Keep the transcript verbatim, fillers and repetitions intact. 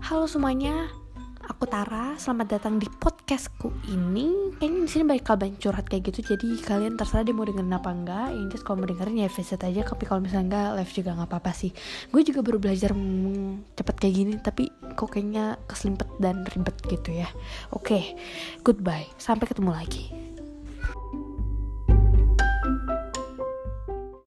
Halo semuanya, aku Tara. Selamat datang di podcastku ini. Kayaknya di sini bakal banyak curhat kayak gitu. Jadi kalian terserah dia mau dengerin apa enggak. Yang jelas kalau mau dengerin ya visit aja. Tapi kalau misalnya enggak, live juga nggak apa-apa sih. Gue juga baru belajar ngomong cepet kayak gini, tapi kok kayaknya keselimpet dan ribet gitu ya. Oke, goodbye. Sampai ketemu lagi.